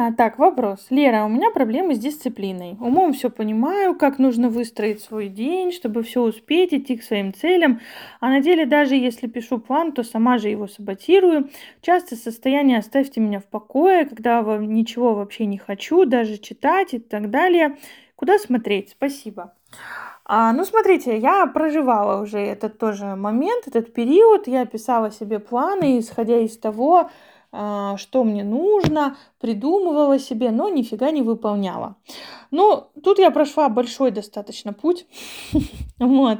Так, вопрос. Лера, у меня проблемы с дисциплиной. Умом все понимаю, как нужно выстроить свой день, чтобы все успеть, идти к своим целям. А на деле, даже если пишу план, то сама же его саботирую. Часто состояние «оставьте меня в покое», когда ничего вообще не хочу, даже читать и так далее. Куда смотреть? Спасибо. Ну, смотрите, я проживала уже этот тоже момент, этот период. Я писала себе планы, исходя из того, что мне нужно, придумывала себе, но нифига не выполняла. Ну, тут я прошла большой достаточно путь. Вот.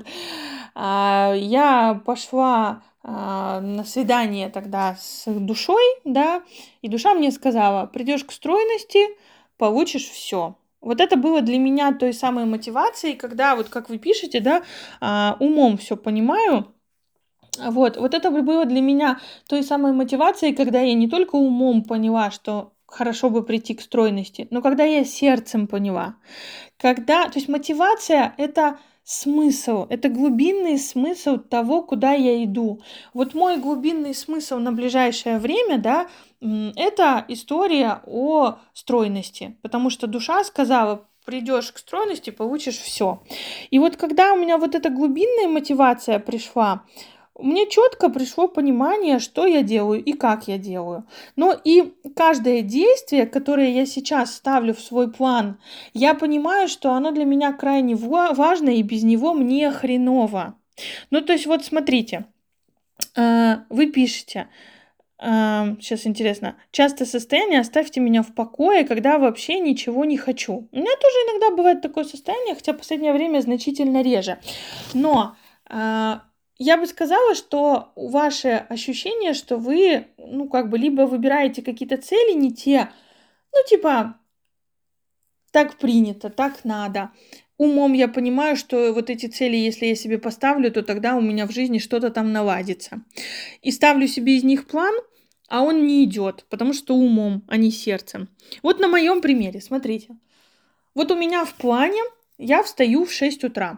Я пошла на свидание тогда с душой, да, и душа мне сказала: придешь к стройности, получишь все. Вот это было для меня той самой мотивацией, когда, вот как вы пишете, да, умом все понимаю. Вот это было для меня той самой мотивацией, когда я не только умом поняла, что хорошо бы прийти к стройности, но когда я сердцем поняла. То есть мотивация — это смысл, это глубинный смысл того, куда я иду. Вот мой глубинный смысл на ближайшее время, да, это история о стройности, потому что душа сказала: придешь к стройности, получишь все. И вот когда у меня вот эта глубинная мотивация пришла, мне четко пришло понимание, что я делаю и как я делаю. Но и каждое действие, которое я сейчас ставлю в свой план, я понимаю, что оно для меня крайне важно, и без него мне хреново. Ну, то есть, вот смотрите, вы пишете, сейчас интересно, часто состояние «оставьте меня в покое», когда вообще ничего не хочу. У меня тоже иногда бывает такое состояние, хотя в последнее время значительно реже. Но я бы сказала, что ваше ощущение, что вы, ну, как бы, либо выбираете какие-то цели не те, ну, типа, так принято, так надо. Умом я понимаю, что вот эти цели, если я себе поставлю, то тогда у меня в жизни что-то там наладится. И ставлю себе из них план, а он не идет, потому что умом, а не сердцем. Вот на моем примере, смотрите. Вот у меня в плане я встаю в 6 утра.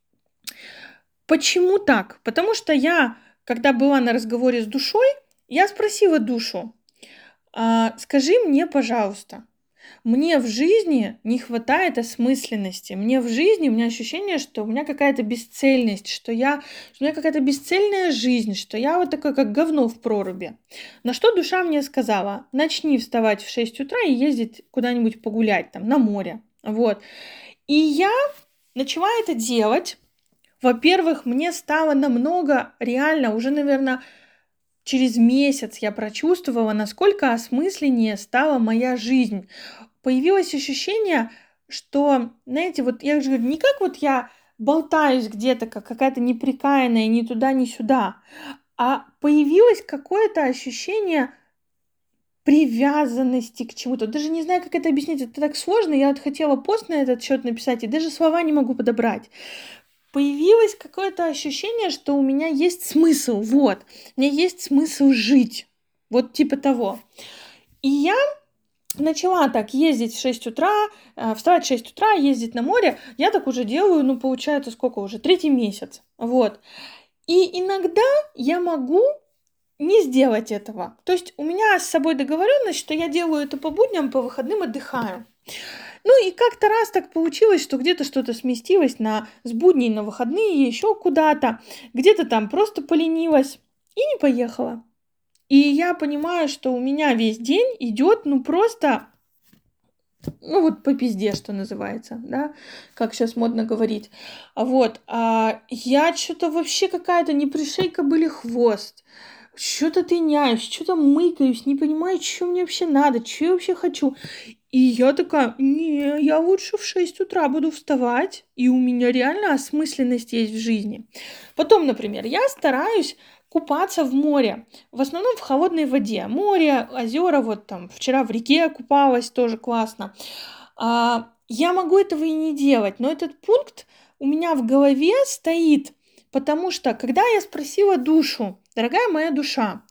Почему так? Потому что я, когда была на разговоре с душой, я спросила душу: скажи мне, пожалуйста, мне в жизни не хватает осмысленности. Мне в жизни, у меня ощущение, что у меня какая-то бесцельность, что у меня какая-то бесцельная жизнь, что я вот такая, как говно в проруби. На что душа мне сказала: начни вставать в 6 утра и ездить куда-нибудь погулять, там, на море. Вот. И я начала это делать. Во-первых, мне стало намного реально, уже, наверное, через месяц я прочувствовала, насколько осмысленнее стала моя жизнь. Появилось ощущение, что, знаете, вот я же говорю, не как вот я болтаюсь где-то, как какая-то неприкаянная, ни туда, ни сюда, а появилось какое-то ощущение привязанности к чему-то. Даже не знаю, как это объяснить, это так сложно. Я вот хотела пост на этот счет написать, и даже слова не могу подобрать. Появилось какое-то ощущение, что у меня есть смысл, вот. У меня есть смысл жить. Вот типа того. И я начала так ездить в 6 утра, вставать в 6 утра, ездить на море. Я так уже делаю, ну, получается, сколько уже? 3-й месяц. Вот. И иногда я могу не сделать этого. То есть у меня с собой договоренность, что я делаю это по будням, по выходным отдыхаю. Ну и как-то раз так получилось, что где-то что-то сместилось с будней на выходные, еще куда-то. Где-то там просто поленилась и не поехала. И я понимаю, что у меня весь день идет, ну просто, ну вот по пизде, что называется, да, как сейчас модно говорить. Вот, я что-то вообще какая-то, не пришей кобыле хвост. Что-то тыняюсь, что-то мыкаюсь, не понимаю, что мне вообще надо, что я вообще хочу. И я такая: не, я лучше в 6 утра буду вставать, и у меня реально осмысленность есть в жизни. Потом, например, я стараюсь купаться в море, в основном в холодной воде. Море, озера, вот там вчера в реке купалась, тоже классно. Я могу этого и не делать, но этот пункт у меня в голове стоит, потому что когда я спросила душу: дорогая моя душа,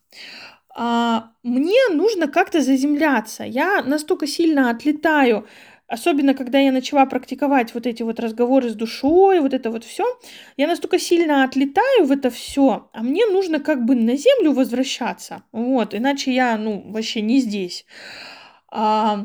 мне нужно как-то заземляться. Я настолько сильно отлетаю, особенно когда я начала практиковать вот эти вот разговоры с душой, вот это вот все. Я настолько сильно отлетаю в это все, а мне нужно как бы на землю возвращаться. Вот, иначе я, ну, вообще не здесь.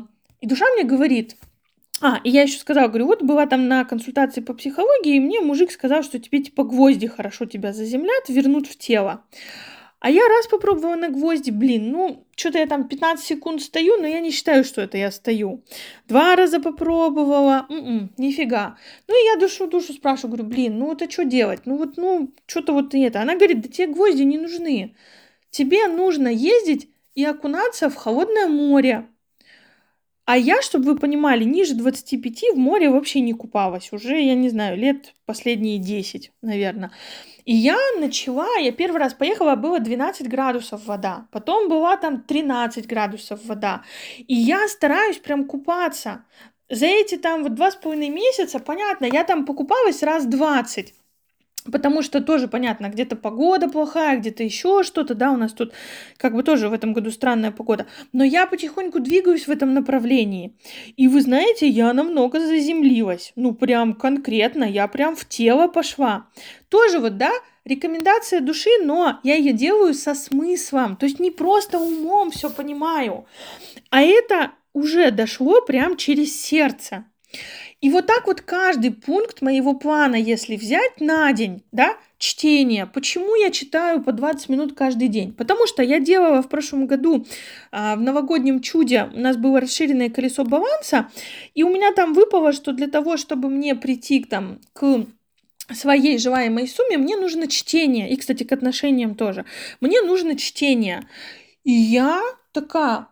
И душа мне говорит, и я еще сказала, говорю, вот была там на консультации по психологии, и мне мужик сказал, что тебе типа гвозди хорошо тебя заземлят, вернут в тело. А я раз попробовала на гвозди, что-то я там 15 секунд стою, но я не считаю, что это я стою. 2 раза попробовала, нифига. Ну и я душу спрашиваю, говорю, это что делать? Что-то вот это. Она говорит, да тебе гвозди не нужны. Тебе нужно ездить и окунаться в холодное море. А я, чтобы вы понимали, ниже 25 в море вообще не купалась. Уже, я не знаю, лет последние 10, наверное. И я первый раз поехала, было 12 градусов вода. Потом была там 13 градусов вода. И я стараюсь прям купаться. За эти там вот 2,5 месяца, понятно, я там покупалась раз 20. Потому что тоже понятно, где-то погода плохая, где-то еще что-то, да, у нас тут как бы тоже в этом году странная погода. Но я потихоньку двигаюсь в этом направлении. И вы знаете, я намного заземлилась. Прям конкретно, я прям в тело пошла. Тоже вот, да, рекомендация души, но я ее делаю со смыслом. То есть не просто умом все понимаю, а это уже дошло прям через сердце. И вот так вот каждый пункт моего плана, если взять на день, да, чтение. Почему я читаю по 20 минут каждый день? Потому что я делала в прошлом году в новогоднем чуде, у нас было расширенное колесо баланса, и у меня там выпало, что для того, чтобы мне прийти к своей желаемой сумме, мне нужно чтение. И, кстати, к отношениям тоже. Мне нужно чтение. И я такая,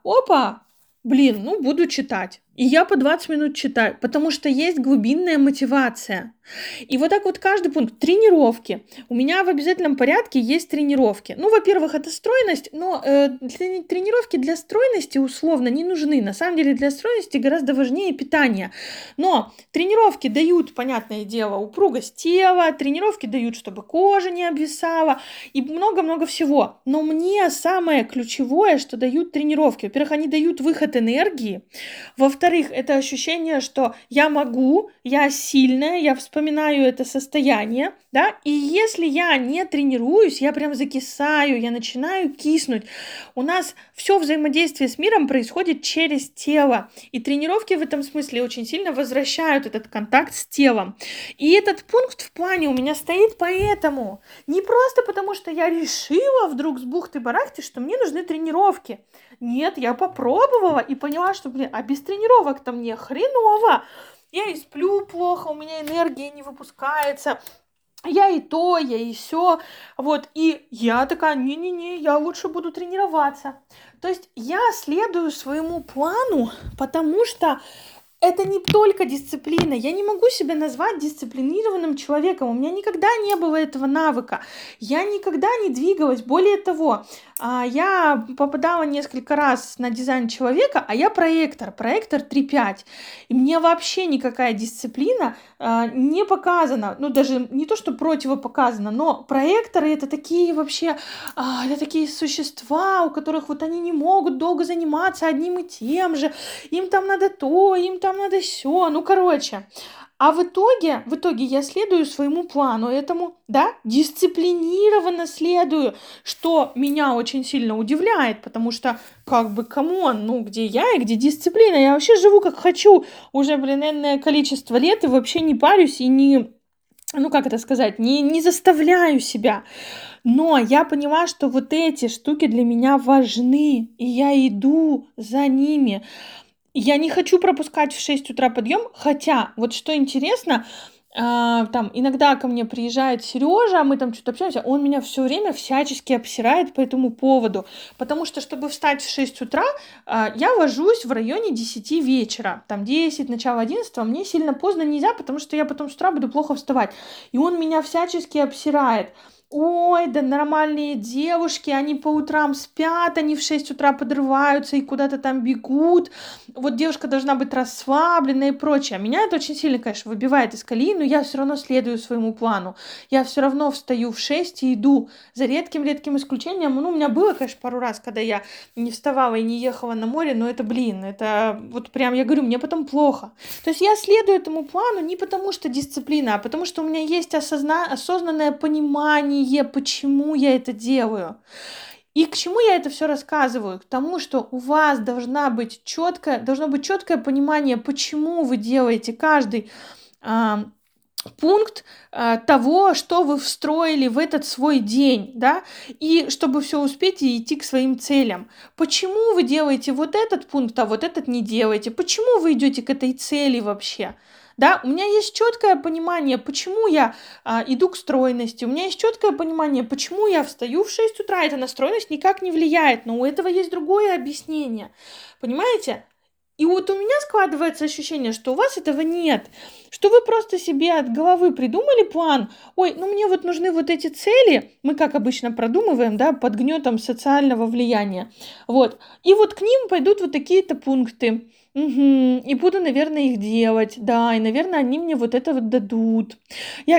буду читать. И я по 20 минут читаю, потому что есть глубинная мотивация. И вот так вот каждый пункт. Тренировки. У меня в обязательном порядке есть тренировки. Во-первых, это стройность, но тренировки для стройности условно не нужны. На самом деле для стройности гораздо важнее питание. Но тренировки дают, понятное дело, упругость тела, тренировки дают, чтобы кожа не обвисала и много-много всего. Но мне самое ключевое, что дают тренировки. Во-первых, они дают выход энергии. Во-вторых, это ощущение, что я могу, я сильная, я вспоминаю это состояние, да, и если я не тренируюсь, я прям закисаю, я начинаю киснуть. У нас все взаимодействие с миром происходит через тело, и тренировки в этом смысле очень сильно возвращают этот контакт с телом. И этот пункт в плане у меня стоит поэтому, не просто потому, что я решила вдруг с бухты-барахты, что мне нужны тренировки. Нет, я попробовала и поняла, что, без тренировок-то мне хреново. Я и сплю плохо, у меня энергия не выпускается. Я и то, я и сё. Вот, и я такая, не-не-не, я лучше буду тренироваться. То есть я следую своему плану, потому что это не только дисциплина. Я не могу себя назвать дисциплинированным человеком. У меня никогда не было этого навыка. Я никогда не двигалась. Более того, я попадала несколько раз на дизайн человека, а я проектор 3.5. И мне вообще никакая дисциплина не показана. Даже не то, что противопоказана, но проекторы это такие вообще, это такие существа, у которых вот они не могут долго заниматься одним и тем же. Им там надо то, им там надо сё. А в итоге я следую своему плану, этому, да, дисциплинированно следую, что меня очень сильно удивляет, потому что, камон, где я и где дисциплина? Я вообще живу как хочу уже, энное количество лет и вообще не парюсь и не заставляю себя. Но я поняла, что вот эти штуки для меня важны, и я иду за ними. Я не хочу пропускать в 6 утра подъем, хотя, вот что интересно, там иногда ко мне приезжает Сережа, мы там что-то общаемся, он меня все время всячески обсирает по этому поводу, потому что, чтобы встать в 6 утра, я ложусь в районе 10 вечера, там 10, начало 11, мне сильно поздно нельзя, потому что я потом с утра буду плохо вставать, и он меня всячески обсирает. Ой, да нормальные девушки, они по утрам спят, они в 6 утра подрываются и куда-то там бегут. Вот девушка должна быть расслаблена и прочее. Меня это очень сильно, конечно, выбивает из колеи, но я все равно следую своему плану. Я все равно встаю в 6 и иду. За редким-редким исключением. У меня было, конечно, пару раз, когда я не вставала и не ехала на море, но это вот прям, я говорю, мне потом плохо. То есть я следую этому плану не потому, что дисциплина, а потому, что у меня есть осознанное понимание, почему я это делаю. И к чему я это все рассказываю? К тому, что у вас должно быть четкое понимание, почему вы делаете каждый а, пункт того, что вы встроили в этот свой день, да, и чтобы все успеть и идти к своим целям. Почему вы делаете вот этот пункт, а вот этот не делаете? Почему вы идете к этой цели вообще? Да, у меня есть четкое понимание, почему я иду к стройности, у меня есть четкое понимание, почему я встаю в 6 утра, эта настроенность никак не влияет, но у этого есть другое объяснение, понимаете? И вот у меня складывается ощущение, что у вас этого нет, что вы просто себе от головы придумали план. Ой, ну мне вот нужны вот эти цели, мы как обычно продумываем, да, под гнетом социального влияния. Вот. И вот к ним пойдут вот такие-то пункты. Мгм. И буду, наверное, их делать, да, и, наверное, они мне вот это вот дадут. Я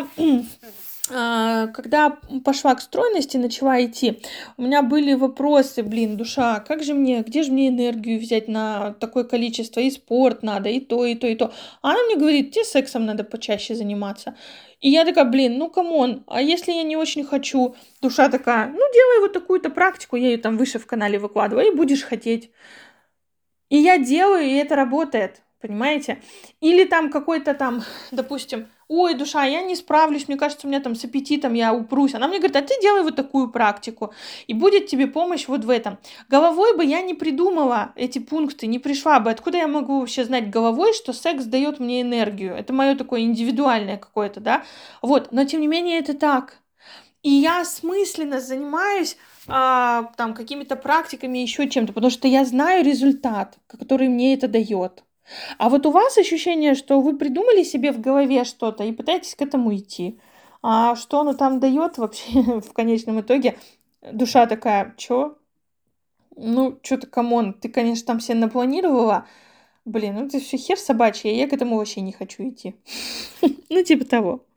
когда пошла к стройности, начала идти, у меня были вопросы, блин, душа, как же мне, где же мне энергию взять на такое количество, и спорт надо, и то, и то, и то. А она мне говорит, тебе сексом надо почаще заниматься. И я такая, блин, ну камон, а если я не очень хочу? Душа такая, ну делай вот такую-то практику, я ее там выше в канале выкладываю, и будешь хотеть. И я делаю, и это работает, понимаете? Или там какой-то там, допустим, ой, душа, я не справлюсь, мне кажется, у меня там с аппетитом я упрусь. Она мне говорит, а ты делай вот такую практику, и будет тебе помощь вот в этом. Головой бы я не придумала эти пункты, не пришла бы. Откуда я могу вообще знать головой, что секс дает мне энергию? Это мое такое индивидуальное какое-то, да? Вот, но тем не менее это так. И я осмысленно занимаюсь там какими-то практиками, еще чем-то, потому что я знаю результат, который мне это дает. А вот у вас ощущение, что вы придумали себе в голове что-то и пытаетесь к этому идти. А что оно там дает вообще в конечном итоге? Душа такая, чё? Ну, что-то, камон, ты, конечно, там себе напланировала. Блин, ну это все хер собачий, а я к этому вообще не хочу идти. Ну, типа того.